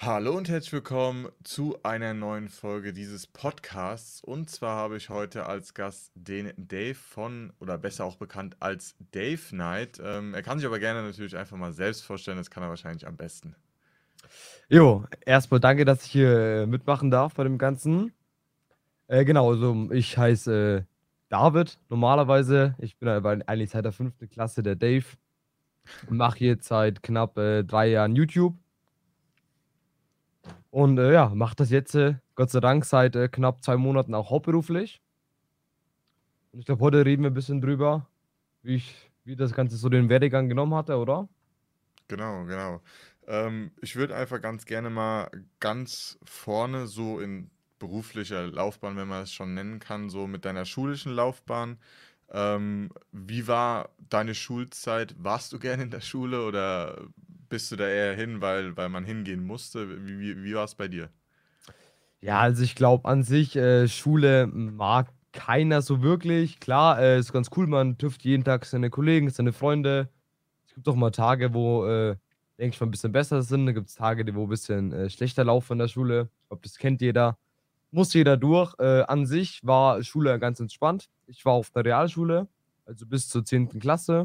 Hallo und herzlich willkommen zu einer neuen Folge dieses Podcasts. Und zwar habe ich heute als Gast den Dave von, oder besser auch bekannt als Dave Knight. Er kann sich aber gerne natürlich einfach mal selbst vorstellen, das kann er wahrscheinlich am besten. Jo, erstmal danke, dass ich hier mitmachen darf bei dem Ganzen. Genau, also ich heiße David normalerweise. Ich bin aber eigentlich seit der fünften Klasse der Dave. Mache jetzt seit knapp 3 Jahren YouTube und ja, mache das jetzt Gott sei Dank seit knapp 2 Monaten auch hauptberuflich. Und ich glaube, heute reden wir ein bisschen drüber, wie das Ganze so den Werdegang genommen hatte, oder? Genau, genau. Ich würde einfach ganz gerne mal ganz vorne so in beruflicher Laufbahn, wenn man es schon nennen kann, so mit deiner schulischen Laufbahn. Wie war deine Schulzeit? Warst du gerne in der Schule oder bist du da eher hin, weil man hingehen musste? Wie war es bei dir? Ja, also ich glaube an sich, Schule mag keiner so wirklich. Klar, ist ganz cool, man trifft jeden Tag seine Kollegen, seine Freunde. Es gibt auch mal Tage, wo, denke ich mal, 'n bisschen besser sind. Da gibt's Tage, die wo ein bisschen, schlechter laufen in der Schule. Ich glaube, das kennt jeder. Muss jeder durch. An sich war Schule ganz entspannt. Ich war auf der Realschule, also bis zur 10. Klasse.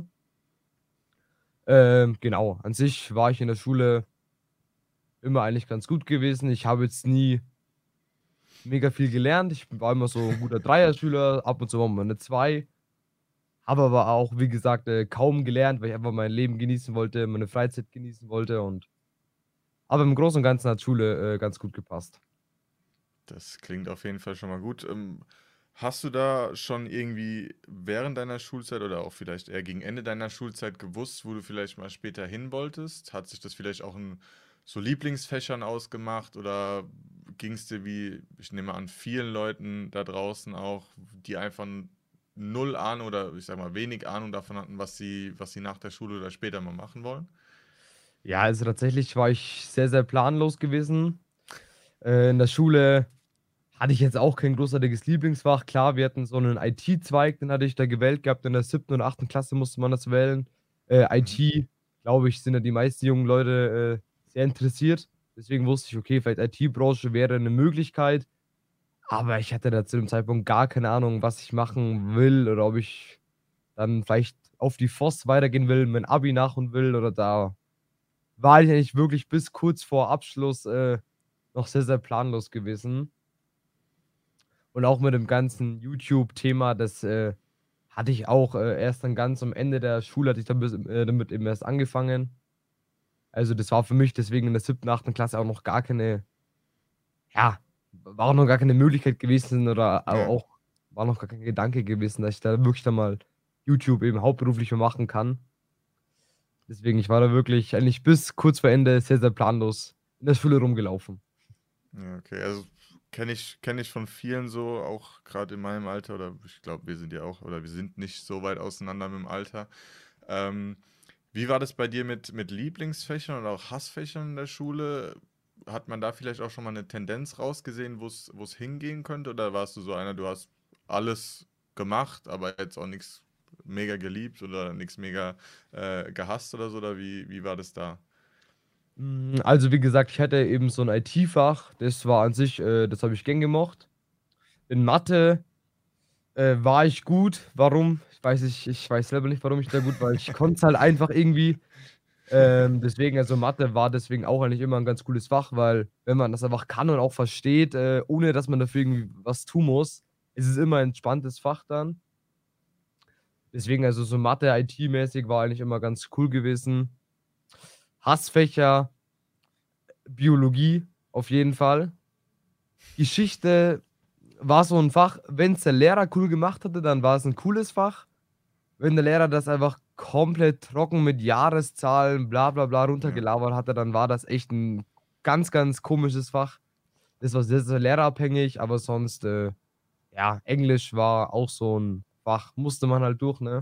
Genau, an sich war ich in der Schule immer eigentlich ganz gut gewesen. Ich habe jetzt nie mega viel gelernt. Ich war immer so 'n guter Dreier-Schüler, ab und zu auch mal 'ne 2, habe aber auch, wie gesagt, kaum gelernt, weil ich einfach mein Leben genießen wollte, meine Freizeit genießen wollte und aber im Großen und Ganzen hat Schule, ganz gut gepasst. Das klingt auf jeden Fall schon mal gut. Hast du da schon irgendwie während deiner Schulzeit oder auch vielleicht eher gegen Ende deiner Schulzeit gewusst, wo du vielleicht mal später hin wolltest? Hat sich das vielleicht auch in so Lieblingsfächern ausgemacht oder ging es dir wie, ich nehme an, vielen Leuten da draußen auch, die einfach null Ahnung oder ich sag mal wenig Ahnung davon hatten, was sie nach der Schule oder später mal machen wollen? Ja, also tatsächlich war ich sehr, sehr planlos gewesen. In der Schule hatte ich jetzt auch kein großartiges Lieblingsfach. Klar, wir hatten so 'nen IT-Zweig, den hatte ich da gewählt gehabt. In der 7. und 8. Klasse musste man das wählen. Mhm. IT, glaube ich, sind ja die meisten jungen Leute, sehr interessiert. Deswegen wusste ich: „Okay, vielleicht IT-Branche wäre 'ne Möglichkeit." Aber ich hatte da zu dem Zeitpunkt gar keine Ahnung, was ich machen will oder ob ich dann vielleicht auf die Voss weitergehen will, mein Abi nachholen will oder da war ich eigentlich wirklich bis kurz vor Abschluss, noch sehr, sehr planlos gewesen. Und auch mit dem ganzen YouTube-Thema, das, hatte ich auch, erst dann ganz am Ende der Schule hatte ich dann damit eben erst angefangen. Also, das war für mich deswegen in der 7., 8. Klasse auch noch gar keine ja, war auch noch gar keine Möglichkeit gewesen oder au Ja. auch war noch gar kein Gedanke gewesen, dass ich da wirklich dann mal YouTube eben hauptberuflich mal machen kann. Deswegen, ich war da wirklich eigentlich bis kurz vor Ende sehr, sehr planlos in der Schule rumgelaufen. Ja, okay. Also kenne ich von vielen so, auch gerade in meinem Alter, oder ich glaube, wir sind ja auch, oder wir sind nicht so weit auseinander mit dem Alter. Ähm, Wie war das bei dir mit Lieblingsfächern oder auch Hassfächern in der Schule? Hat man da vielleicht auch schon mal eine Tendenz rausgesehen, wo es hingehen könnte? Oder warst du so einer, du hast alles gemacht, aber jetzt auch nichts mega geliebt oder nichts mega gehasst oder so? Oder wie war das da? Also, wie gesagt, ich hatte eben so 'n IT-Fach, das war an sich das habe ich gern gemocht. In Mathe, war ich gut. Warum? Ich weiß selber nicht, warum ich da gut war. Ich konnte es halt einfach irgendwie. Deswegen also Mathe war deswegen auch eigentlich immer 'n ganz cooles Fach, weil wenn man das einfach kann und auch versteht, ohne dass man dafür irgendwie was tun muss, ist es immer 'n entspanntes Fach dann. Deswegen also so Mathe, IT-mäßig war eigentlich immer ganz cool gewesen. Hassfächer, Biologie auf jeden Fall. Geschichte war so 'n Fach, wenn's der Lehrer cool gemacht hatte, dann war es 'n cooles Fach. Wenn der Lehrer das einfach komplett trocken mit Jahreszahlen, bla bla bla Ja. runtergelabert hatte, dann war das echt 'n ganz, ganz komisches Fach. Das war sehr, sehr lehrerabhängig, aber sonst, ja, Englisch war auch so 'n Fach, musste man halt durch, ne?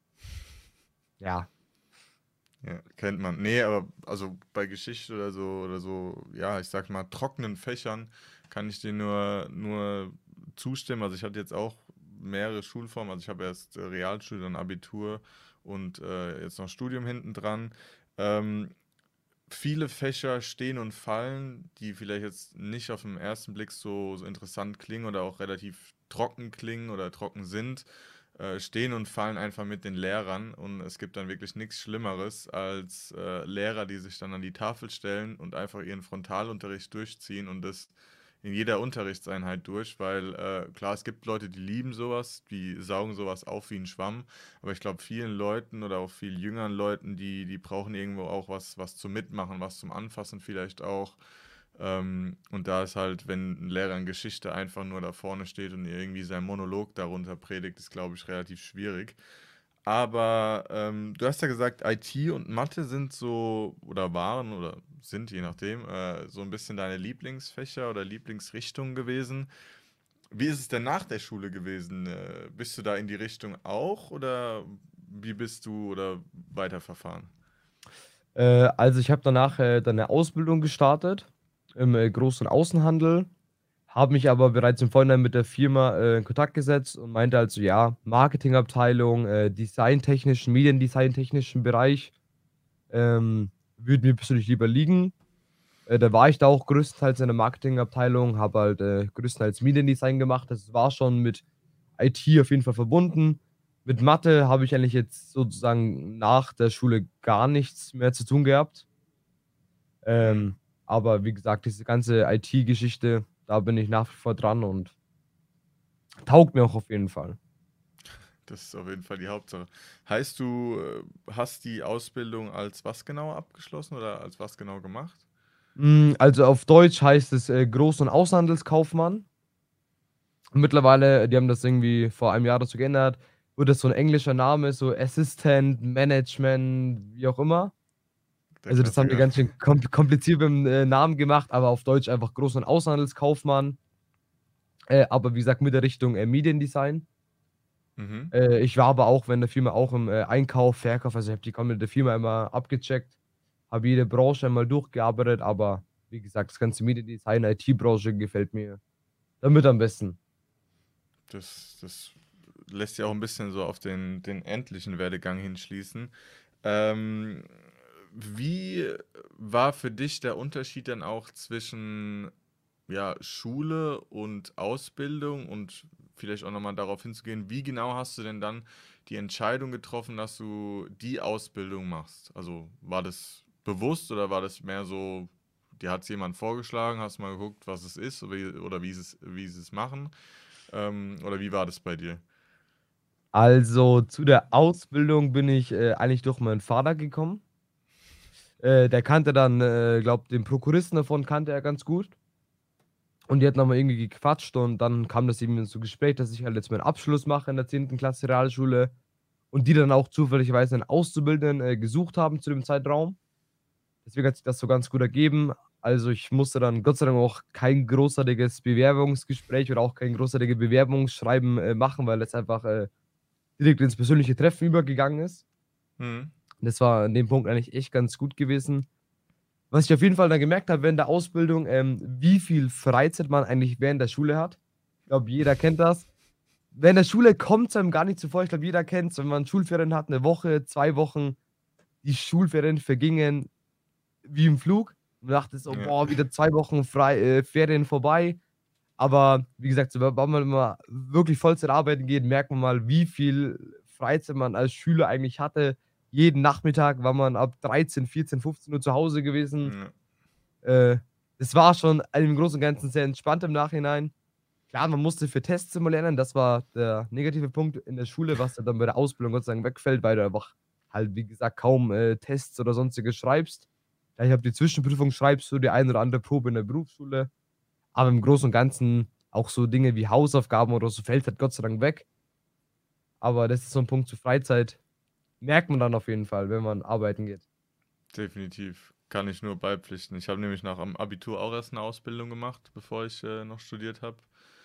Ja. Ja, kennt man. Ne, aber also bei Geschichte oder so, ja, ich sag mal, trockenen Fächern kann ich dir nur zustimmen. Also, ich hatte jetzt auch mehrere Schulformen. Also, ich habe erst, Realschule, dann Abitur und, jetzt noch Studium hintendran. Ähm, viele Fächer stehen und fallen, die vielleicht jetzt nicht auf den ersten Blick so interessant klingen oder auch relativ trocken klingen oder trocken sind, stehen und fallen einfach mit den Lehrern. Und es gibt dann wirklich nichts Schlimmeres als Lehrer, die sich dann an die Tafel stellen und einfach ihren Frontalunterricht durchziehen und das in jeder Unterrichtseinheit durch, weil klar, es gibt Leute, die lieben sowas, die saugen sowas auf wie ein Schwamm, aber ich glaube, vielen Leuten oder auch viel jüngeren Leuten, die brauchen irgendwo auch was zum Mitmachen, was zum Anfassen vielleicht auch. Und da ist halt, wenn ein Lehrer in Geschichte einfach nur da vorne steht und irgendwie seinen Monolog darunter predigt, ist, glaube ich, relativ schwierig. Aber du hast ja gesagt, IT und Mathe sind so oder waren oder sind, je nachdem, so ein bisschen deine Lieblingsfächer oder Lieblingsrichtungen gewesen. Wie ist es denn nach der Schule gewesen? Bist du da in die Richtung auch oder wie bist du oder weiterverfahren? Also, ich habe danach, dann 'ne Ausbildung gestartet im, Groß und Außenhandel, habe mich aber bereits im Vorhinein mit der Firma, in Kontakt gesetzt und meinte halt so: „Ja, Marketingabteilung, designtechnischen mediendesigntechnischen Bereich, würde mir persönlich lieber liegen.“ Da war ich da auch größtenteils in der Marketingabteilung, habe halt, größtenteils Mediendesign gemacht. Das war schon mit IT auf jeden Fall verbunden. Mit Mathe habe ich eigentlich jetzt sozusagen nach der Schule gar nichts mehr zu tun gehabt. Mhm. Ähm, aber wie gesagt, diese ganze IT-Geschichte, da bin ich nach wie vor dran und taugt mir auch auf jeden Fall. Das ist auf jeden Fall die Hauptsache. Heißt, du hast die Ausbildung als was genau abgeschlossen oder als was genau gemacht? Also auf Deutsch heißt es, Groß und Außenhandelskaufmann. Mittlerweile, die haben das irgendwie vor einem Jahr dazu geändert, wird das so 'n englischer Name, so Assistant Management, wie auch immer. Der Also, das haben die Klassiker. ganz schön kompliziert mit'm, Namen gemacht, aber auf Deutsch einfach Groß und Außenhandelskaufmann. Aber wie gesagt, mit der Richtung, Mediendesign. Mhm. Ich war aber auch in der Firma auch im, Einkauf, Verkauf, also, ich habe die komplette Firma immer abgecheckt, habe jede Branche einmal durchgearbeitet, aber wie gesagt, das ganze Mediendesign, IT-Branche gefällt mir damit am besten. Das lässt ja auch ein bisschen so auf den endlichen Werdegang hinschließen. Ähm, wie war für dich der Unterschied dann auch zwischen, ja, Schule und Ausbildung und vielleicht auch noch mal darauf hinzugehen, wie genau hast du denn dann die Entscheidung getroffen, dass du die Ausbildung machst? Also, war das bewusst oder war das mehr so, dir hat's jemand vorgeschlagen, hast mal geguckt, was es ist oder wie sie es machen? Oder wie war das bei dir? Also, zu der Ausbildung bin ich, eigentlich durch meinen Vater gekommen. Der kannte dann, glaube, den Prokuristen davon kannte er ganz gut. Und die hatten dann mal irgendwie gequatscht und dann kam das eben so Gespräch, dass ich halt jetzt meinen Abschluss mache in der 10. Klasse Realschule und die dann auch zufälligerweise einen Auszubildenden, gesucht haben zu dem Zeitraum. Deswegen hat sich das so ganz gut ergeben. Also, ich musste dann Gott sei Dank auch kein großartiges Bewerbungsgespräch oder auch kein großartiges Bewerbungsschreiben, machen, weil es einfach, direkt ins persönliche Treffen übergegangen ist. Mhm. Das war an dem Punkt eigentlich echt ganz gut gewesen. Was ich auf jeden Fall dann gemerkt habe während der Ausbildung, wie viel Freizeit man eigentlich während der Schule hat. Ich glaube, jeder kennt das. Während der Schule kommt's einem gar nicht so vor. Ich glaube, jeder kennt's, wenn man Schulferien hat, 'ne Woche, 2 Wochen. Die Schulferien vergingen wie im Flug. Man dachte so: Ja, „Boah, wieder 2 Wochen frei Ferien vorbei.“ Aber wie gesagt, sobald man mal wirklich Vollzeit arbeiten geht, merkt man mal, wie viel Freizeit man als Schüler eigentlich hatte. Jeden Nachmittag war man ab 13, 14, 15 Uhr zu Hause gewesen. ja. Äh, Es war schon im Großen und Ganzen sehr entspannt im Nachhinein. Klar, man musste für Tests immer lernen, das war der negative Punkt in der Schule, was ja dann bei der Ausbildung Gott sei Dank wegfällt, weil du einfach halt, wie gesagt, kaum, Tests oder Sonstiges schreibst. Ja, ich habe die Zwischenprüfung schreibst du die eine oder andere Probe in der Berufsschule, aber im Großen und Ganzen auch so Dinge wie Hausaufgaben oder so fällt halt Gott sei Dank weg. Aber das ist so 'n Punkt zur Freizeit, merkt man dann auf jeden Fall, wenn man arbeiten geht. Definitiv. Kann ich nur beipflichten. Ich habe nämlich nach dem Abitur auch erst eine Ausbildung gemacht, bevor ich noch studiert habe.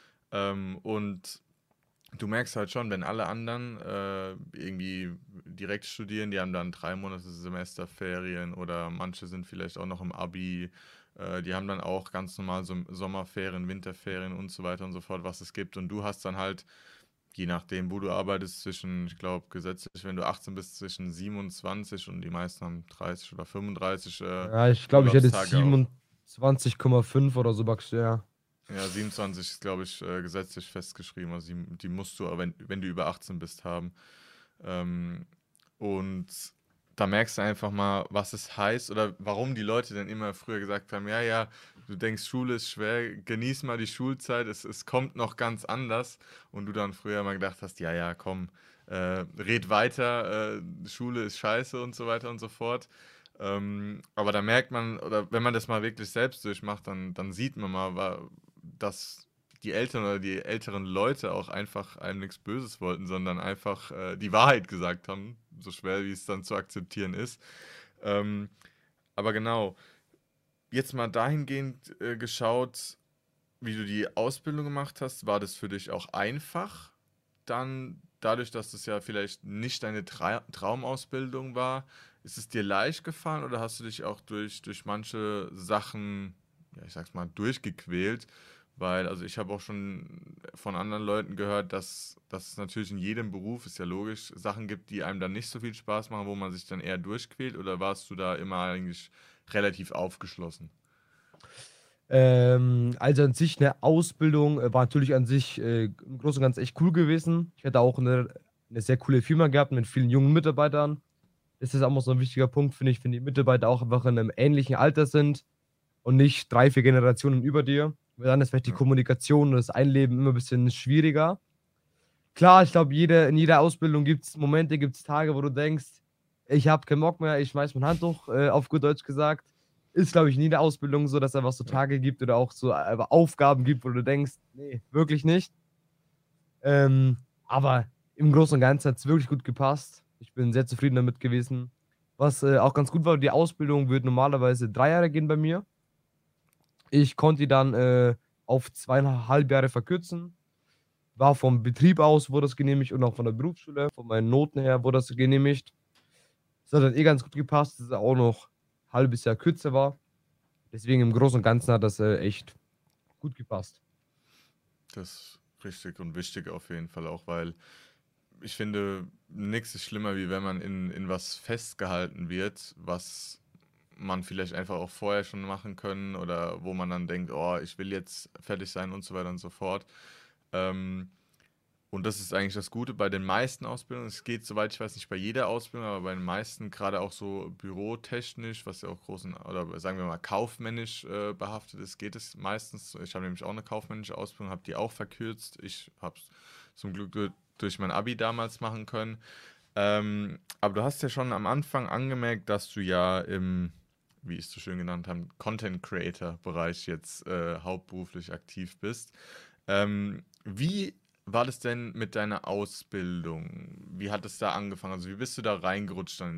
Und du merkst halt schon, wenn alle anderen irgendwie direkt studieren, die haben dann 3 Monate Semesterferien oder manche sind vielleicht auch noch im Abi. Die haben dann auch ganz normal so Sommerferien, Winterferien und so weiter und so fort, was es gibt. Und du hast dann halt je nachdem, wo du arbeitest, zwischen, ich glaube, gesetzlich, wenn du 18 bist, zwischen 27 und die meisten haben 30 oder 35 Ja, ich glaube, ich hätte Urlaubstage auch. 27,5 oder so, ja. Ja, 27 ist, glaube ich, gesetzlich festgeschrieben. Also die musst du, wenn du über 18 bist, haben. Ähm, und da merkst du einfach mal, was es heißt oder warum die Leute denn immer früher gesagt haben, ja, ja, du denkst, Schule ist schwer, genieß mal die Schulzeit, es kommt noch ganz anders. Und du dann früher mal gedacht hast, ja, ja, komm, red weiter, Schule ist scheiße und so weiter und so fort. Aber da merkt man, oder wenn man das mal wirklich selbst durchmacht, dann sieht man mal, dass die Eltern oder die älteren Leute auch einfach einem nichts Böses wollten, sondern einfach die Wahrheit gesagt haben, so schwer wie es dann zu akzeptieren ist. Ähm, aber genau, jetzt mal dahingehend geschaut, wie du die Ausbildung gemacht hast, war das für dich auch einfach? Dann, dadurch, dass es ja vielleicht nicht deine Traumausbildung war, ist es dir leicht gefallen oder hast du dich auch durch manche Sachen, ja, ich sag's mal, durchgequält? Weil, also ich habe auch schon von anderen Leuten gehört, dass es natürlich in jedem Beruf, ist ja logisch, Sachen gibt, die einem dann nicht so viel Spaß machen, wo man sich dann eher durchquält, oder warst du da immer eigentlich relativ aufgeschlossen? Also an sich 'ne Ausbildung, war natürlich an sich, im Großen und Ganzen echt cool gewesen. Ich hatte auch 'ne sehr coole Firma gehabt mit vielen jungen Mitarbeitern. Das ist auch mal so 'n wichtiger Punkt, finde ich, wenn die Mitarbeiter auch einfach in 'nem ähnlichen Alter sind und nicht 3 4 Generationen über dir, weil dann ist vielleicht die Ja, Kommunikation und das Einleben immer bisschen schwieriger. Klar, ich glaube, in jeder Ausbildung gibt's Momente, gibt's Tage, wo du denkst: „Ich habe keinen Bock mehr, ich schmeiße mein Handtuch“, auf gut Deutsch gesagt. Ist, glaube ich, in jeder Ausbildung so, dass es einfach so ja. Tage gibt oder auch so einfach Aufgaben gibt, wo du denkst: „Ne, wirklich nicht.“ aber im Großen und Ganzen hat's wirklich gut gepasst. Ich bin sehr zufrieden damit gewesen. Was, auch ganz gut war, die Ausbildung wird normalerweise 3 Jahre gehen bei mir. Ich konnte die dann, auf 2,5 Jahre verkürzen. War vom Betrieb aus wurde das genehmigt und auch von der Berufsschule, von meinen Noten her wurde das genehmigt. Das hat dann eh ganz gut gepasst, dass es auch noch halbes Jahr kürzer war. Deswegen im Großen und Ganzen hat das, echt gut gepasst. Das ist richtig und wichtig auf jeden Fall auch, weil ich finde, nichts ist schlimmer, wie wenn man in was festgehalten wird, was man vielleicht einfach auch vorher schon machen können oder wo man dann denkt, oh, ich will jetzt fertig sein und so weiter und so fort. Ähm, und das ist eigentlich das Gute bei den meisten Ausbildungen. Es geht, soweit ich weiß, nicht bei jeder Ausbildung, aber bei den meisten, gerade auch so bürotechnisch, was ja auch großen, oder sagen wir mal kaufmännisch behaftet ist, geht es meistens. Ich habe nämlich auch eine kaufmännische Ausbildung, habe die auch verkürzt. Ich habe es zum Glück durch mein Abi damals machen können. Aber du hast ja schon am Anfang angemerkt, dass du ja im, wie ich es so schön genannt habe, Content Creator Bereich jetzt hauptberuflich aktiv bist. Wie war das denn mit deiner Ausbildung? Wie hat es da angefangen? Also wie bist du da reingerutscht dann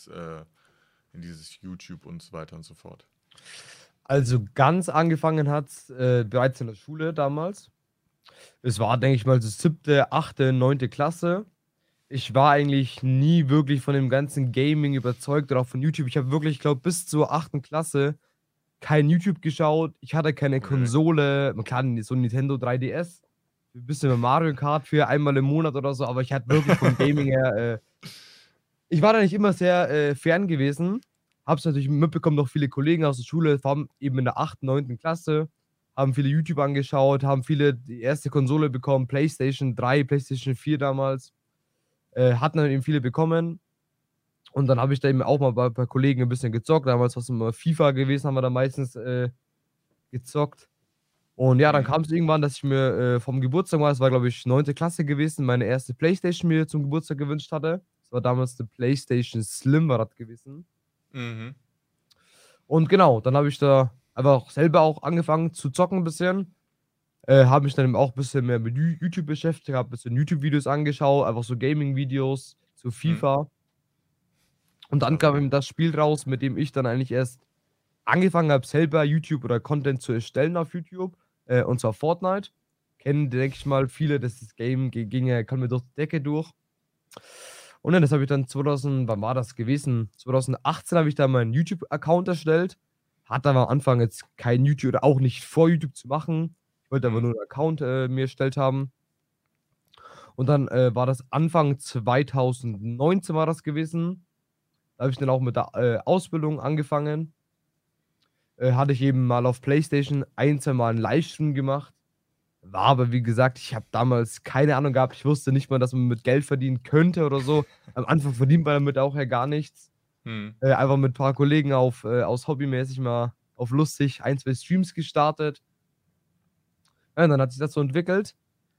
in dieses YouTube und so weiter und so fort? Also, ganz angefangen hat's, bereits in der Schule damals. Es war, denke ich mal, so 7., 8., 9. Klasse. Ich war eigentlich nie wirklich von dem ganzen Gaming überzeugt oder auch von YouTube. Ich habe wirklich, ich glaube, bis zur 8. Klasse kein YouTube geschaut. Ich hatte keine Okay. Konsole. Klar, so 'n Nintendo 3DS, ein bisschen mit Mario Kart für einmal im Monat oder so, aber ich hatte wirklich vom Gaming her, ich war da nicht immer sehr, fern gewesen. Habe es natürlich mitbekommen, noch viele Kollegen aus der Schule, vor allem eben in der 8., 9. Klasse, haben viele YouTube angeschaut, haben viele die erste Konsole bekommen, PlayStation 3, PlayStation 4 damals, hatten dann eben viele bekommen. Und dann habe ich da eben auch mal bei Kollegen 'n bisschen gezockt. Damals war's immer FIFA gewesen, haben wir da meistens, gezockt. Und ja, dann Mhm. kam's irgendwann, dass ich mir, vom Geburtstag mal, das war, glaube ich, 9. Klasse gewesen, meine erste Playstation mir zum Geburtstag gewünscht hatte. Das war damals 'ne Playstation Slim war das gewesen. Mhm. Und genau, dann habe ich da einfach selber auch angefangen zu zocken 'n bisschen, habe mich dann eben auch bisschen mehr mit YouTube beschäftigt, habe bisschen YouTube-Videos angeschaut, einfach so Gaming-Videos zu Mhm. FIFA. Und dann kam Also, eben das Spiel raus, mit dem ich dann eigentlich erst angefangen habe, selber YouTube oder Content zu erstellen auf YouTube, und zwar Fortnite. Kennen, denke ich mal, viele, das Game ging ja kam mir durch die Decke durch. Und dann das habe ich dann 2000 wann war das gewesen? 2018 habe ich da meinen YouTube-Account erstellt. Hatte aber am Anfang jetzt kein YouTube oder auch nicht vor, YouTube zu machen. Ich wollte aber mhm. nur 'n Account, mir erstellt haben. Und dann, war das Anfang 2019 war das gewesen. Da habe ich dann auch mit der, Ausbildung angefangen. Hatte ich eben mal auf PlayStation ein, 2 Mal 'n Livestream gemacht. War aber, wie gesagt, ich habe damals keine Ahnung gehabt. Ich wusste nicht mal, dass man mit Geld verdienen könnte oder so. Am Anfang verdient man damit auch ja gar nichts. Mhm. Einfach mit paar Kollegen aus hobbymäßig mal auf lustig ein 2 Streams gestartet. Ja, und dann hat sich das so entwickelt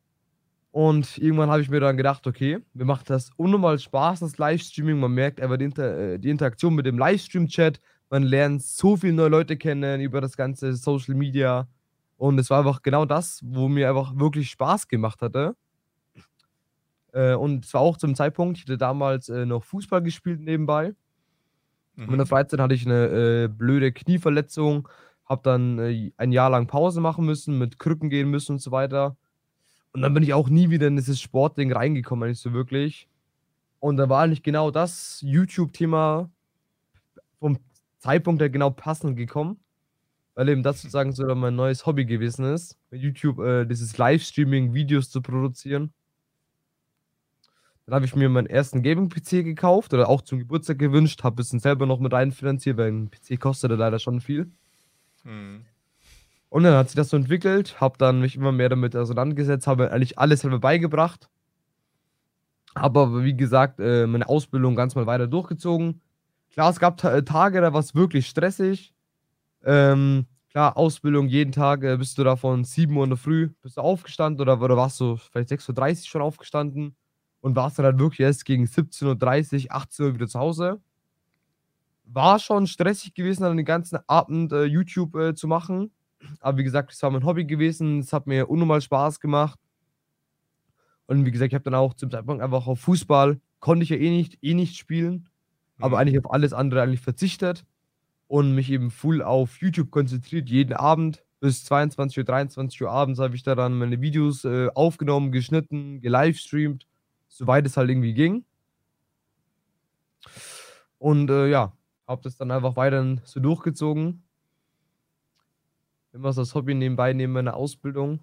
und irgendwann habe ich mir dann gedacht: „Okay, mir macht das unnormal Spaß, das Livestreaming.“ Man merkt einfach die Interaktion mit dem Livestream-Chat. Man lernt so viele neue Leute kennen über das ganze Social Media und es war einfach genau das, wo mir einfach wirklich Spaß gemacht hatte. Und es war auch zum Zeitpunkt ich hatte damals, noch Fußball gespielt nebenbei. Und in der Mhm. Freizeit hatte ich 'ne, blöde Knieverletzung, habe dann, ein Jahr lang Pause machen müssen, mit Krücken gehen müssen und so weiter. Und dann bin ich auch nie wieder in dieses Sportding reingekommen, eigentlich so wirklich. Und da war eigentlich genau das YouTube-Thema vom Zeitpunkt her genau passend gekommen, weil eben das sozusagen so mein neues Hobby gewesen ist, bei YouTube, dieses Livestreaming, Videos zu produzieren. Dann habe ich mir meinen ersten Gaming-PC gekauft oder auch zum Geburtstag gewünscht, habe bisschen selber noch mit reinfinanziert, weil 'n PC kostet ja leider schon viel. Mhm. Und dann hat sich das so entwickelt, habe dann mich immer mehr damit auseinandergesetzt, habe mir eigentlich alles selber beigebracht, habe aber, wie gesagt, meine Ausbildung ganz mal weiter durchgezogen. Klar, es gab Tage, da war's wirklich stressig. Klar, Ausbildung jeden Tag, bist du da von 7 Uhr in der Früh bist du aufgestanden oder warst du vielleicht 6:30 schon aufgestanden und warst dann halt wirklich erst gegen 17:30, 18 Uhr wieder zu Hause. War schon stressig gewesen, dann den ganzen Abend, YouTube, zu machen. Aber wie gesagt, es war mein Hobby gewesen. Es hat mir unnormal Spaß gemacht. Und wie gesagt, ich habe dann auch zum Zeitpunkt einfach auf Fußball konnte ich ja eh nicht spielen, aber Mhm. eigentlich auf alles andere eigentlich verzichtet und mich eben full auf YouTube konzentriert. Jeden Abend bis 22:00, 23 Uhr abends habe ich da dann meine Videos, aufgenommen, geschnitten, gelivestreamt, soweit es halt irgendwie ging. Und, ja, habe das dann einfach weiterhin so durchgezogen. Immer so als Hobby nebenbei neben meiner Ausbildung.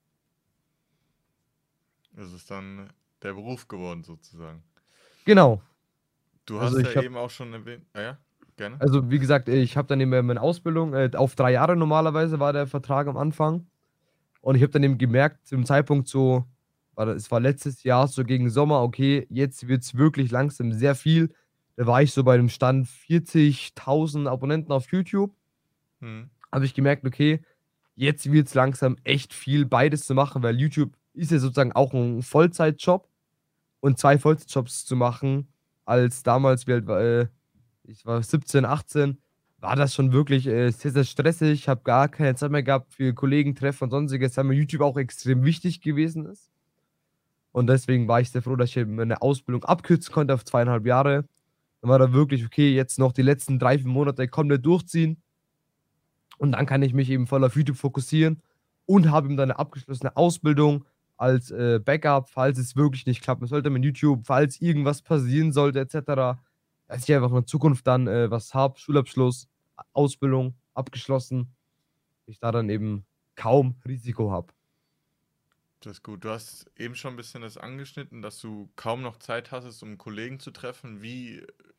Das ist dann der Beruf geworden sozusagen. Genau. Du Also, hast ja ich habe eben auch schon erwähnt, ja, gerne. also, wie gesagt, ich habe dann eben meine Ausbildung, auf 3 Jahre normalerweise war der Vertrag am Anfang. Und ich habe dann eben gemerkt, zu dem Zeitpunkt so es war letztes Jahr so gegen Sommer, okay, jetzt wird's wirklich langsam sehr viel. Da war ich so bei dem Stand 40.000 Abonnenten auf YouTube. Mhm. Habe ich gemerkt, okay, jetzt wird's langsam echt viel, beides zu machen, weil YouTube ist ja sozusagen auch 'n Vollzeitjob und 2 Vollzeitjobs zu machen als damals, wie alt war ich war 17, 18, war das schon wirklich, sehr, sehr stressig. Ich habe gar keine Zeit mehr gehabt für Kollegentreffen und Sonstiges, weil mir YouTube auch extrem wichtig gewesen ist. Und deswegen war ich sehr froh, dass ich eben meine Ausbildung abkürzen konnte auf 2,5 Jahre. Dann war da wirklich: „Okay, jetzt noch die letzten 3, 4 Monate komplett durchziehen und dann kann ich mich eben voll auf YouTube fokussieren“ und habe eben dann 'ne abgeschlossene Ausbildung als, Backup, falls es wirklich nicht klappen sollte mit YouTube, falls irgendwas passieren sollte et cetera, dass ich einfach in Zukunft dann, was habe, Schulabschluss, Ausbildung abgeschlossen, ich da dann eben kaum Risiko habe. Das ist gut. Du hast eben schon ein bisschen das angeschnitten, dass du kaum noch Zeit hattest, um Kollegen zu treffen. Wie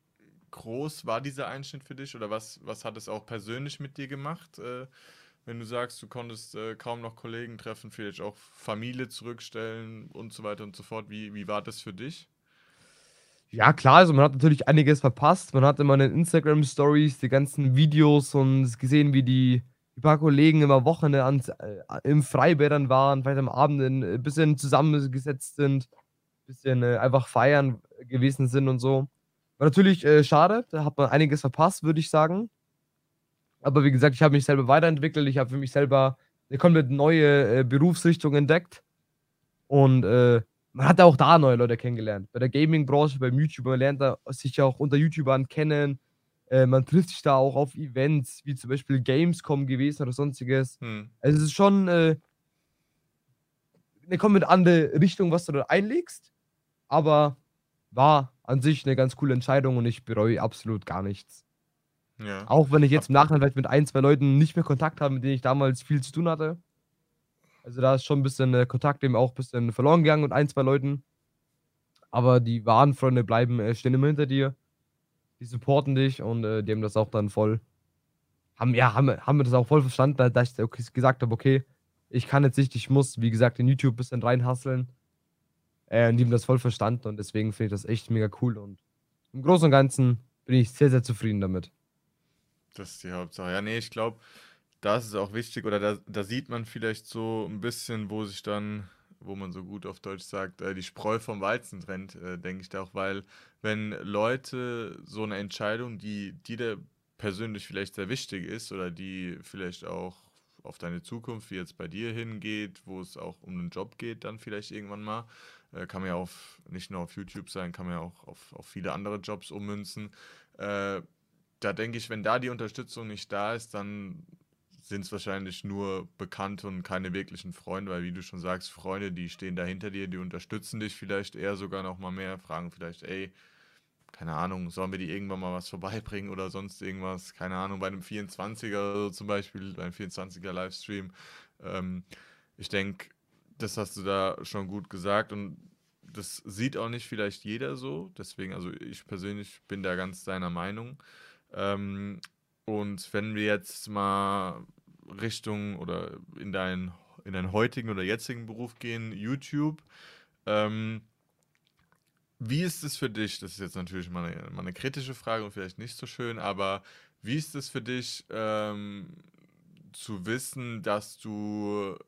groß war dieser Einschnitt für dich oder was hat es auch persönlich mit dir gemacht, wenn du sagst, du konntest kaum noch Kollegen treffen, vielleicht auch Familie zurückstellen und so weiter und so fort. Wie war das für dich? Ja klar, also man hat natürlich einiges verpasst. Man hat immer in den Instagram-Stories die ganzen Videos und gesehen, wie die paar Kollegen immer Wochenende im Freibädern waren, vielleicht am Abend bisschen zusammengesetzt sind, bisschen, einfach feiern gewesen sind und so. War natürlich, schade, da hat man einiges verpasst, würde ich sagen. Aber wie gesagt, ich habe mich selber weiterentwickelt. Ich habe für mich selber 'ne komplett neue, Berufsrichtung entdeckt. Und, man hat auch da neue Leute kennengelernt. Bei der Gaming-Branche, beim YouTube, man lernt da sich ja auch unter YouTubern kennen. Man trifft sich da auch auf Events, wie zum Beispiel Gamescom gewesen oder Sonstiges. Hm, Also, es ist schon, 'ne komplett andere Richtung, was du da einlegst, aber war an sich 'ne ganz coole Entscheidung und ich bereue absolut gar nichts. ja. Auch wenn ich jetzt Hab, im Nachhinein vielleicht mit ein 2 Leuten nicht mehr Kontakt habe, mit denen ich damals viel zu tun hatte. Also, da ist schon 'n bisschen, Kontakt eben auch bisschen verloren gegangen mit ein, 2 Leuten, aber die wahren Freunde bleiben stehen immer hinter dir. Die supporten dich und, die haben das auch dann voll haben wir das auch voll verstanden, da ich okay gesagt habe: „Okay, ich kann jetzt nicht, ich muss, wie gesagt, in YouTube bisschen reinhustlen.“ Und die haben das voll verstanden und deswegen finde ich das echt mega cool und im Großen und Ganzen bin ich sehr, sehr zufrieden damit. Das ist die Hauptsache. Ja, ne, ich glaube, da ist es auch wichtig oder da sieht man vielleicht so ein bisschen, wo sich dann, wo man so gut auf Deutsch sagt, die Spreu vom Weizen trennt, denke ich da auch, weil wenn Leute so eine Entscheidung, die dir persönlich vielleicht sehr wichtig ist oder die vielleicht auch auf deine Zukunft, wie jetzt bei dir hingeht, wo es auch um einen Job geht dann vielleicht irgendwann mal, kann man ja auf nicht nur auf YouTube sein, kann man ja auch auf viele andere Jobs ummünzen. Äh, Da denke ich, wenn da die Unterstützung nicht da ist, dann sind es wahrscheinlich nur Bekannte und keine wirklichen Freunde, weil wie du schon sagst, Freunde, die stehen da hinter dir, die unterstützen dich vielleicht eher sogar noch mal mehr, fragen vielleicht, ey, keine Ahnung, sollen wir dir irgendwann mal was vorbeibringen oder sonst irgendwas? Keine Ahnung, bei einem 24er oder so zum Beispiel, beim 24er Livestream. Ähm, Ich denke, das hast du da schon gut gesagt und das sieht auch nicht vielleicht jeder so. Deswegen, also ich persönlich bin da ganz deiner Meinung. Ähm, und wenn wir jetzt mal Richtung oder in deinen heutigen oder jetzigen Beruf gehen, YouTube, ähm, wie ist es für dich? Das ist jetzt natürlich mal eine kritische Frage und vielleicht nicht so schön, aber wie ist es für dich, zu wissen, dass du,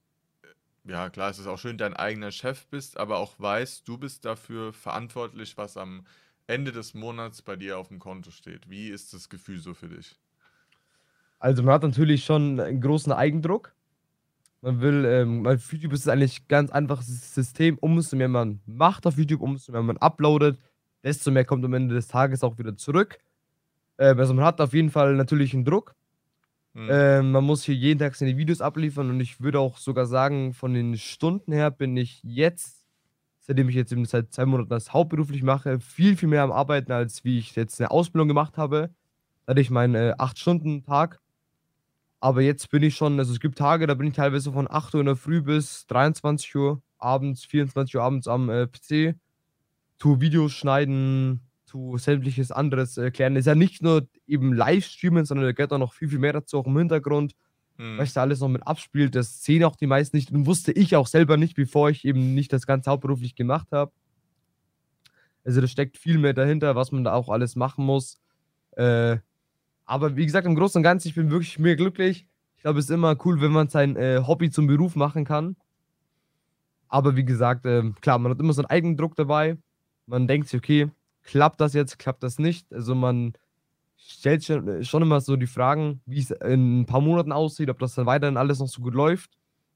ja klar, es ist auch schön, dein eigener Chef bist, aber auch weißt, du bist dafür verantwortlich, was am Ende des Monats bei dir auf dem Konto steht. Wie ist das Gefühl so für dich? Also, man hat natürlich schon 'n großen Eigendruck. Man will, weil auf YouTube ist es eigentlich ganz einfaches System. Umso mehr man macht auf YouTube, umso mehr man uploadet, desto mehr kommt am Ende des Tages auch wieder zurück. Also, man hat auf jeden Fall natürlich 'n Druck. Mhm. Man muss hier jeden Tag seine Videos abliefern und ich würde auch sogar sagen, von den Stunden her bin ich jetzt, seitdem ich jetzt eben seit 2 Monaten das hauptberuflich mache, viel, viel mehr am Arbeiten, als wie ich jetzt 'ne Ausbildung gemacht habe. Da hatte ich meinen, 8-Stunden-Tag. Aber jetzt bin ich schon, also, es gibt Tage, da bin ich teilweise von 8 Uhr in der Früh bis 23 Uhr abends, 24 Uhr abends am, PC, tue Videos schneiden, tue sämtliches anderes klären. Ist ja nicht nur eben Livestreamen, sondern da gehört auch noch viel, viel mehr dazu, auch im Hintergrund, was Mhm. sich da alles noch mit abspielt. Das sehen auch die meisten nicht und wusste ich auch selber nicht, bevor ich eben nicht das Ganze hauptberuflich gemacht habe. Also, da steckt viel mehr dahinter, was man da auch alles machen muss. Äh Aber wie gesagt, im Großen und Ganzen, ich bin wirklich mega glücklich. Ich glaube, es ist immer cool, wenn man sein, Hobby zum Beruf machen kann. Aber wie gesagt, klar, man hat immer so 'n Eigendruck dabei. Man denkt sich: „Okay, klappt das jetzt, klappt das nicht?“ Also, man stellt schon immer so die Fragen, wie es in 'n paar Monaten aussieht, ob das dann weiterhin alles noch so gut läuft.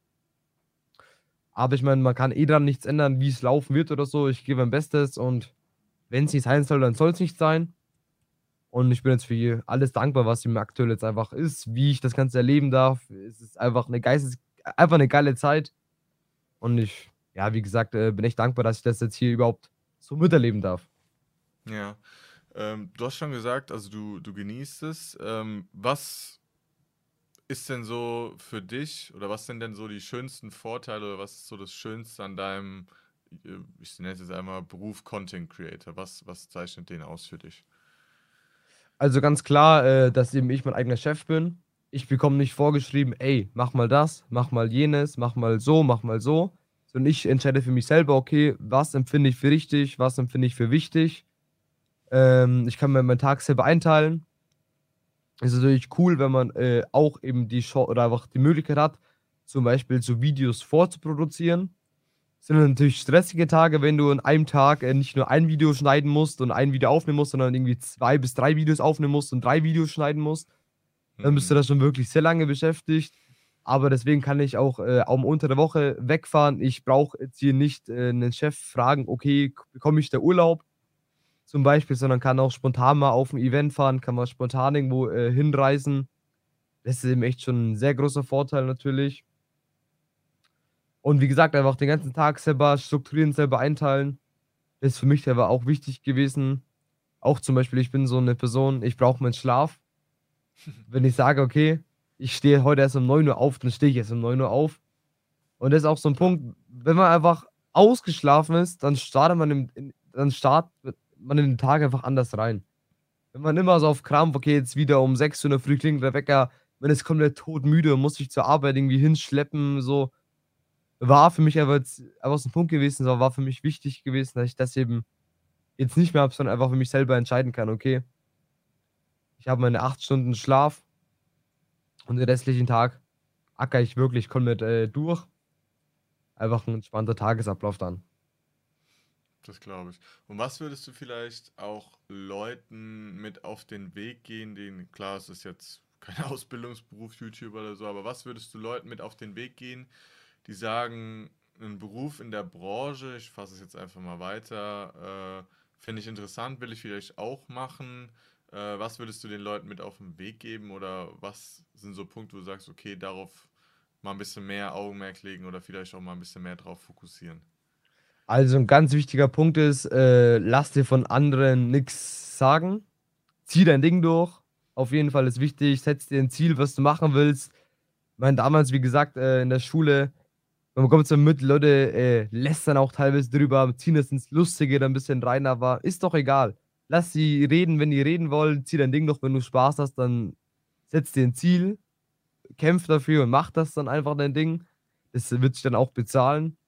Aber ich meine, man kann eh daran nichts ändern, wie es laufen wird oder so. Ich gebe mein Bestes und wenn's nicht sein soll, dann soll's nicht sein. Und ich bin jetzt für alles dankbar, was ihm aktuell jetzt einfach ist, wie ich das Ganze erleben darf. Es ist einfach 'ne geile Zeit und ich, ja, wie gesagt, bin echt dankbar, dass ich das jetzt hier überhaupt so miterleben darf. Ja. Du hast schon gesagt, also du genießt es. Was ist denn so für dich oder was sind denn so die schönsten Vorteile oder was ist so das Schönste an deinem, ich nenne es jetzt einmal Beruf Content Creator? Was zeichnet den aus für dich? Also, ganz klar, dass eben ich mein eigener Chef bin. Ich bekomme nicht vorgeschrieben: „Ey, mach mal das, mach mal jenes, mach mal so“, sondern ich entscheide für mich selber: „Okay, was empfinde ich für richtig, was empfinde ich für wichtig?“ Ich kann mir meinen Tag selber einteilen. Ist natürlich cool, wenn man, auch eben die Chance oder einfach die Möglichkeit hat, zum Beispiel so Videos vorzuproduzieren. Sind dann natürlich stressige Tage, wenn du an einem Tag, nicht nur ein Video schneiden musst und ein Video aufnehmen musst, sondern irgendwie 2 bis 3 Videos aufnehmen musst und 3 Videos schneiden musst. Dann bist du Mhm. da schon wirklich sehr lange beschäftigt. Aber deswegen kann ich auch unter der Woche wegfahren. Ich brauche jetzt hier nicht, 'nen Chef fragen: „Okay, bekomme ich da Urlaub?“ Zum Beispiel, sondern kann auch spontan mal auf 'n Event fahren, kann mal spontan irgendwo, hinreisen. Das ist eben echt schon 'n sehr großer Vorteil natürlich. Und wie gesagt, einfach den ganzen Tag selber strukturieren, selber einteilen, ist für mich aber auch wichtig gewesen. Auch zum Beispiel, ich bin so 'ne Person, ich brauche meinen Schlaf. Wenn ich sage: „Okay, ich stehe heute erst um 9 Uhr auf“, dann stehe ich erst um 9 Uhr auf. Und das ist auch so 'n klar. Punkt, wenn man einfach ausgeschlafen ist, dann startet man dann startet man in den Tag einfach anders rein. Wenn man immer so auf Krampf: „Okay, jetzt wieder um 6 Uhr in der Früh klingelt der Wecker", man ist komplett todmüde und muss sich zur Arbeit irgendwie hinschleppen, so. War für mich aber jetzt einfach so 'n Punkt gewesen, so war für mich wichtig gewesen, dass ich das eben jetzt nicht mehr habe, sondern einfach für mich selber entscheiden kann: „Okay, ich habe meine 8 Stunden Schlaf und den restlichen Tag ackere ich wirklich komplett, durch." Einfach 'n entspannter Tagesablauf dann. Das glaube ich. Und was würdest du vielleicht auch Leuten mit auf den Weg gehen, denen, klar, es ist jetzt kein Ausbildungsberuf, YouTuber oder so, aber was würdest du Leuten mit auf den Weg gehen, die sagen, ein Beruf in der Branche, ich fasse es jetzt einfach mal weiter, finde ich interessant, will ich vielleicht auch machen. Was würdest du den Leuten mit auf den Weg geben oder was sind so Punkte, wo du sagst, okay, darauf mal ein bisschen mehr Augenmerk legen oder vielleicht auch mal ein bisschen mehr drauf fokussieren? Also 'n ganz wichtiger Punkt ist, lass dir von anderen nix sagen. Zieh dein Ding durch. Auf jeden Fall ist wichtig, setz dir 'n Ziel, was du machen willst. Ich meine, damals, wie gesagt, in der Schule, man bekommt's dann mit, Leute, lästern auch teilweise drüber, ziehen das ins Lustige dann 'n bisschen rein, aber ist doch egal. Lass sie reden, wenn die reden wollen. Zieh dein Ding durch. Wenn du Spaß hast, dann setz dir 'n Ziel, kämpf dafür und mach das dann einfach dein Ding. Das wird sich dann auch bezahlen.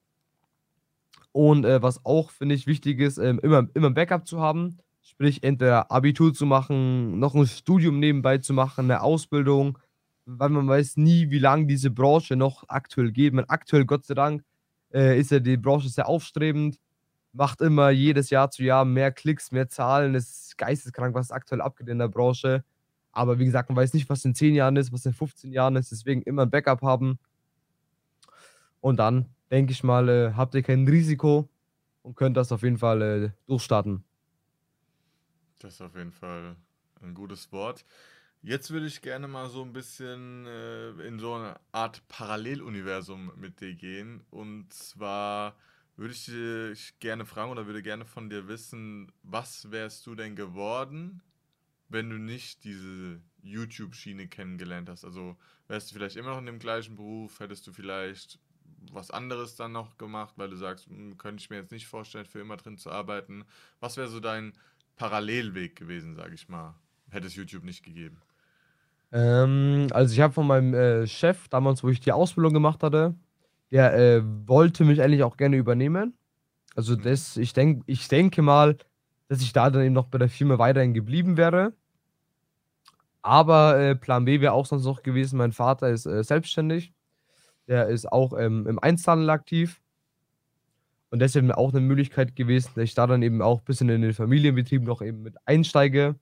Und, was auch, finde ich, wichtig ist, immer 'n Backup zu haben. Sprich, entweder Abitur zu machen, noch 'n Studium nebenbei zu machen, 'ne Ausbildung, weil man weiß nie, wie lang diese Branche noch aktuell geht. Man aktuell, Gott sei Dank, ist ja die Branche sehr aufstrebend, macht immer Ja. jedes Jahr zu Jahr mehr Klicks, mehr Zahlen. Es ist geisteskrank, was aktuell abgeht in der Branche. Aber wie gesagt, man weiß nicht, was in 10 Jahren ist, was in 15 Jahren ist, deswegen immer 'n Backup haben. Und dann, denke ich mal, habt ihr kein Risiko und könnt das auf jeden Fall, durchstarten. Das ist auf jeden Fall ein gutes Wort. Jetzt würde ich gerne mal so ein bisschen, in so eine Art Paralleluniversum mit dir gehen. Und zwar würde ich dich gerne fragen oder würde gerne von dir wissen, was wärst du denn geworden, wenn du nicht diese YouTube-Schiene kennengelernt hast? Also, wärst du vielleicht immer noch in dem gleichen Beruf? Hättest du vielleicht was anderes dann noch gemacht, weil du sagst: könnte ich mir jetzt nicht vorstellen, für immer drin zu arbeiten?“ Was wäre so dein Parallelweg gewesen, sage ich mal, hätte es YouTube nicht gegeben? Also, ich habe von meinem, Chef damals, wo ich die Ausbildung gemacht hatte, der, wollte mich eigentlich auch gerne übernehmen. Also, Mhm. das ich denke mal, dass ich da dann eben noch bei der Firma weiterhin geblieben wäre. Aber, Plan B wäre auch sonst noch gewesen, mein Vater ist, selbstständig. Der ist auch, im Einzelhandel aktiv und das wäre mir auch 'ne Möglichkeit gewesen, dass ich da dann eben auch bisschen in den Familienbetrieb noch eben mit einsteige.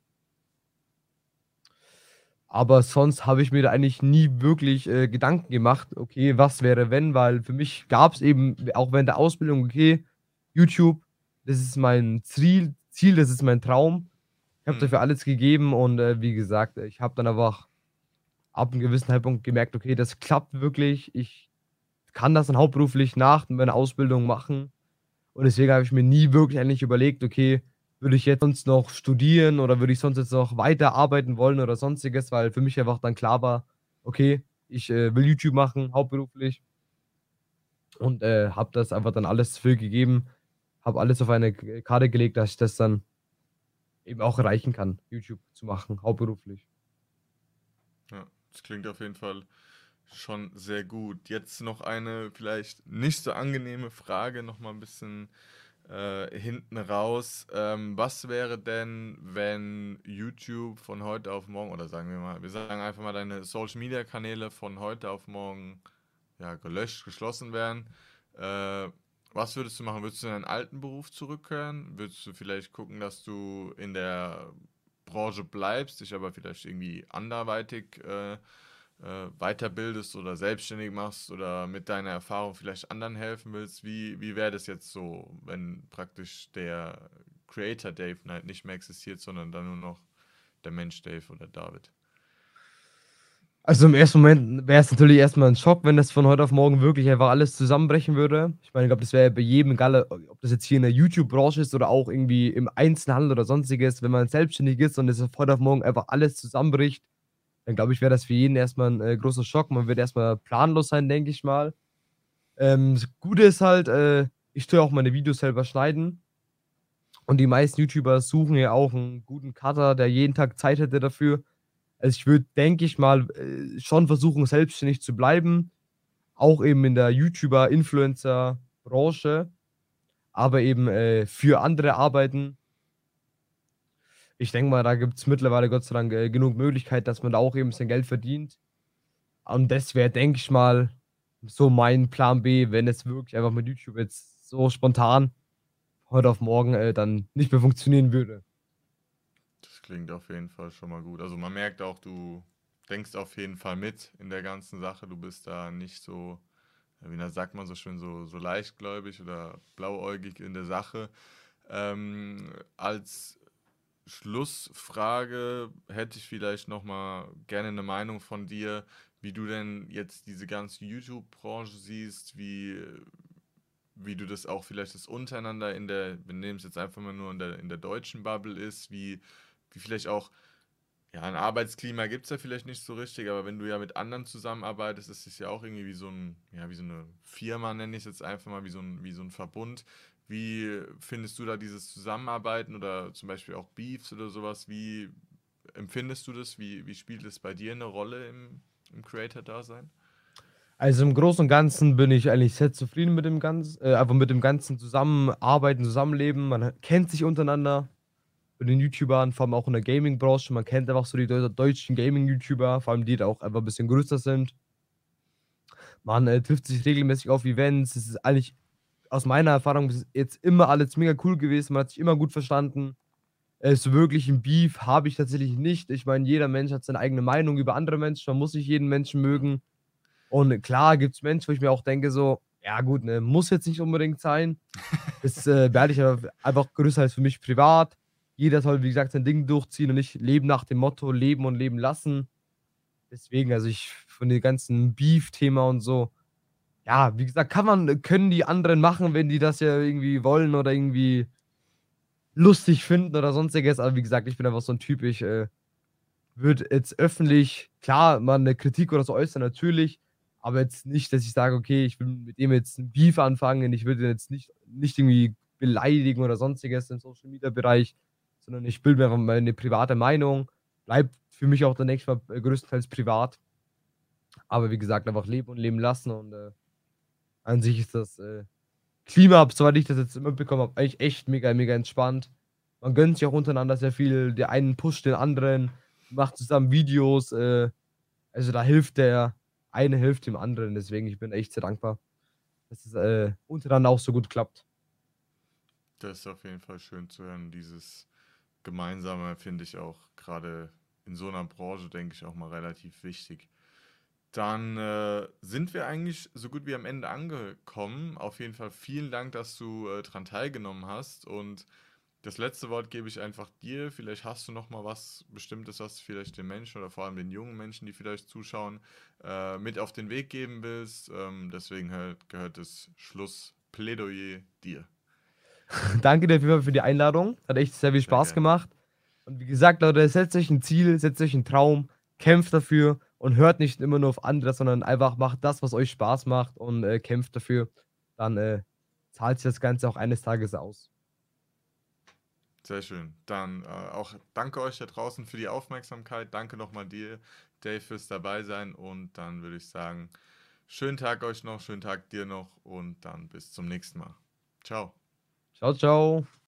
Aber sonst habe ich mir da eigentlich nie wirklich, Gedanken gemacht: „Okay, was wäre, wenn?" Weil für mich gab's eben auch während der Ausbildung: „Okay, YouTube, das ist mein Ziel, das ist mein Traum." Ich habe Mhm. dafür alles gegeben und, wie gesagt, ich habe dann einfach ab 'nem gewissen Zeitpunkt gemerkt: „Okay, das klappt wirklich. Ich kann das dann hauptberuflich nach meiner Ausbildung machen." Und deswegen habe ich mir nie wirklich eigentlich überlegt: „Okay, würde ich jetzt sonst noch studieren oder würde ich sonst jetzt noch weiterarbeiten wollen oder Sonstiges", weil für mich einfach dann klar war: „Okay, ich, will YouTube machen, hauptberuflich." Und, habe das einfach dann alles dafür gegeben, habe alles auf eine Karte gelegt, dass ich das dann eben auch erreichen kann, YouTube zu machen, hauptberuflich. Ja, das klingt auf jeden Fall schon sehr gut. Jetzt noch eine vielleicht nicht so angenehme Frage, noch mal ein bisschen, hinten raus. Was wäre denn, wenn YouTube von heute auf morgen oder sagen wir mal, wir sagen einfach mal, deine Social-Media-Kanäle von heute auf morgen, ja, gelöscht, geschlossen wären? Äh, Was würdest du machen? Würdest du in deinen alten Beruf zurückkehren? Würdest du vielleicht gucken, dass du in der Branche bleibst, dich aber vielleicht irgendwie anderweitig, weiterbildest oder selbstständig machst oder mit deiner Erfahrung vielleicht anderen helfen willst? Wie wäre das jetzt so, wenn praktisch der Creator Dave halt nicht mehr existiert, sondern dann nur noch der Mensch Dave oder David? Also, im ersten Moment wäre es natürlich erst mal 'n Schock, wenn das von heute auf morgen wirklich einfach alles zusammenbrechen würde. Ich meine, ich glaube, das wäre ja bei jedem, egal, ob das jetzt hier in der YouTube-Branche ist oder auch irgendwie im Einzelhandel oder Sonstiges, wenn man selbstständig ist und es von heute auf morgen einfach alles zusammenbricht, dann glaube ich, wäre das für jeden erst mal 'n, großer Schock. Man wird erst mal planlos sein, denke ich mal. Das Gute ist halt, ich tue auch meine Videos selber schneiden und die meisten YouTuber suchen ja auch 'n guten Cutter, der jeden Tag Zeit hätte dafür. Also, ich würde, denke ich mal, schon versuchen, selbstständig zu bleiben, auch eben in der YouTuber, Influencer-Branche, aber eben, für andere arbeiten. Ich denke mal, da gibt's mittlerweile Gott sei Dank, genug Möglichkeiten, dass man da auch eben sein Geld verdient. Und das wäre, denke ich mal, so mein Plan B, wenn es wirklich einfach mit YouTube jetzt so spontan heute auf morgen, dann nicht mehr funktionieren würde. Das klingt auf jeden Fall schon mal gut. Also man merkt auch, du denkst auf jeden Fall mit in der ganzen Sache. Du bist da nicht so, ja, wie sagt man so schön, so leichtgläubig oder blauäugig in der Sache. Als Schlussfrage hätte ich vielleicht noch mal gerne eine Meinung von dir, wie du denn jetzt diese ganze YouTube-Branche siehst, wie du das auch vielleicht das untereinander in der, wir nehmen es jetzt einfach mal nur in der deutschen Bubble ist, wie vielleicht auch, ja, ein Arbeitsklima gibt es ja vielleicht nicht so richtig, aber wenn du ja mit anderen zusammenarbeitest, ist es ja auch irgendwie wie so ein, ja, wie so eine Firma, nenne ich es jetzt einfach mal, wie so ein Verbund. Wie findest du da dieses Zusammenarbeiten oder zum Beispiel auch Beefs oder sowas? Wie empfindest du das? Wie spielt es bei dir eine Rolle im Creator-Dasein? Also, im Großen und Ganzen bin ich eigentlich sehr zufrieden mit dem einfach mit dem ganzen Zusammenarbeiten, Zusammenleben. Man kennt sich untereinander mit den YouTubern, vor allem auch in der Gaming-Branche. Man kennt einfach so die deutschen Gaming-YouTuber, vor allem die da auch einfach 'n bisschen größer sind. Man, trifft sich regelmäßig auf Events. Es ist eigentlich aus meiner Erfahrung bis jetzt immer alles mega cool gewesen. Man hat sich immer gut verstanden. So wirklich 'n Beef habe ich tatsächlich nicht. Ich meine, jeder Mensch hat seine eigene Meinung über andere Menschen. Man muss nicht jeden Menschen mögen. Und klar gibt's Menschen, wo ich mir auch denke so: „Ja gut, ne, muss jetzt nicht unbedingt sein.“ Das, behalte ich aber einfach größtenteils für mich privat. Jeder soll, wie gesagt, sein Ding durchziehen und nicht leben nach dem Motto: „Leben und leben lassen.“ Deswegen, also, ich von dem ganzen Beef-Thema und so, ja, wie gesagt, können die anderen machen, wenn die das ja irgendwie wollen oder irgendwie lustig finden oder Sonstiges. Aber wie gesagt, ich bin einfach so 'n Typ, ich, würde jetzt öffentlich, klar, mal 'ne Kritik oder so äußern, natürlich, aber jetzt nicht, dass ich sage: „Okay, ich will mit dem jetzt 'n Beef anfangen.“ Ich würde ihn jetzt nicht irgendwie beleidigen oder Sonstiges im Social-Media-Bereich, sondern ich bilde mir einfach meine private Meinung. Bleibt für mich auch zunächst mal, größtenteils privat. Aber wie gesagt, einfach leben und leben lassen und, an sich ist das, Klima, soweit ich das jetzt mitbekommen habe, eigentlich echt mega, mega entspannt. Man gönnt sich auch untereinander sehr viel. Der einen pusht den anderen, macht zusammen Videos, also, da hilft der eine hilft dem anderen. Deswegen, ich bin echt sehr dankbar, dass es, untereinander auch so gut klappt. Das ist auf jeden Fall schön zu hören. Dieses Gemeinsame finde ich auch gerade in so einer Branche, denke ich, auch mal relativ wichtig. Dann sind wir eigentlich so gut wie am Ende angekommen. Auf jeden Fall vielen Dank, dass du dran teilgenommen hast. Und das letzte Wort gebe ich einfach dir. Vielleicht hast du noch mal was Bestimmtes, was du vielleicht den Menschen oder vor allem den jungen Menschen, die vielleicht zuschauen, mit auf den Weg geben willst. Deswegen gehört das Schlussplädoyer dir. Danke dir auf jeden Fall für die Einladung. Hat echt sehr viel Sehr Spaß gerne. gemacht. Und wie gesagt, Leute, setzt euch ein Ziel, setzt euch 'n Traum, kämpft dafür und hört nicht immer nur auf andere, sondern einfach macht das, was euch Spaß macht und, kämpft dafür. Dann, zahlt sich das Ganze auch eines Tages aus. Sehr schön. Dann auch danke euch da draußen für die Aufmerksamkeit. Danke nochmal dir, Dave, fürs dabei sein. Und dann würde ich sagen, schönen Tag euch noch, schönen Tag dir noch und dann bis zum nächsten Mal. Ciao. Ciao, ciao.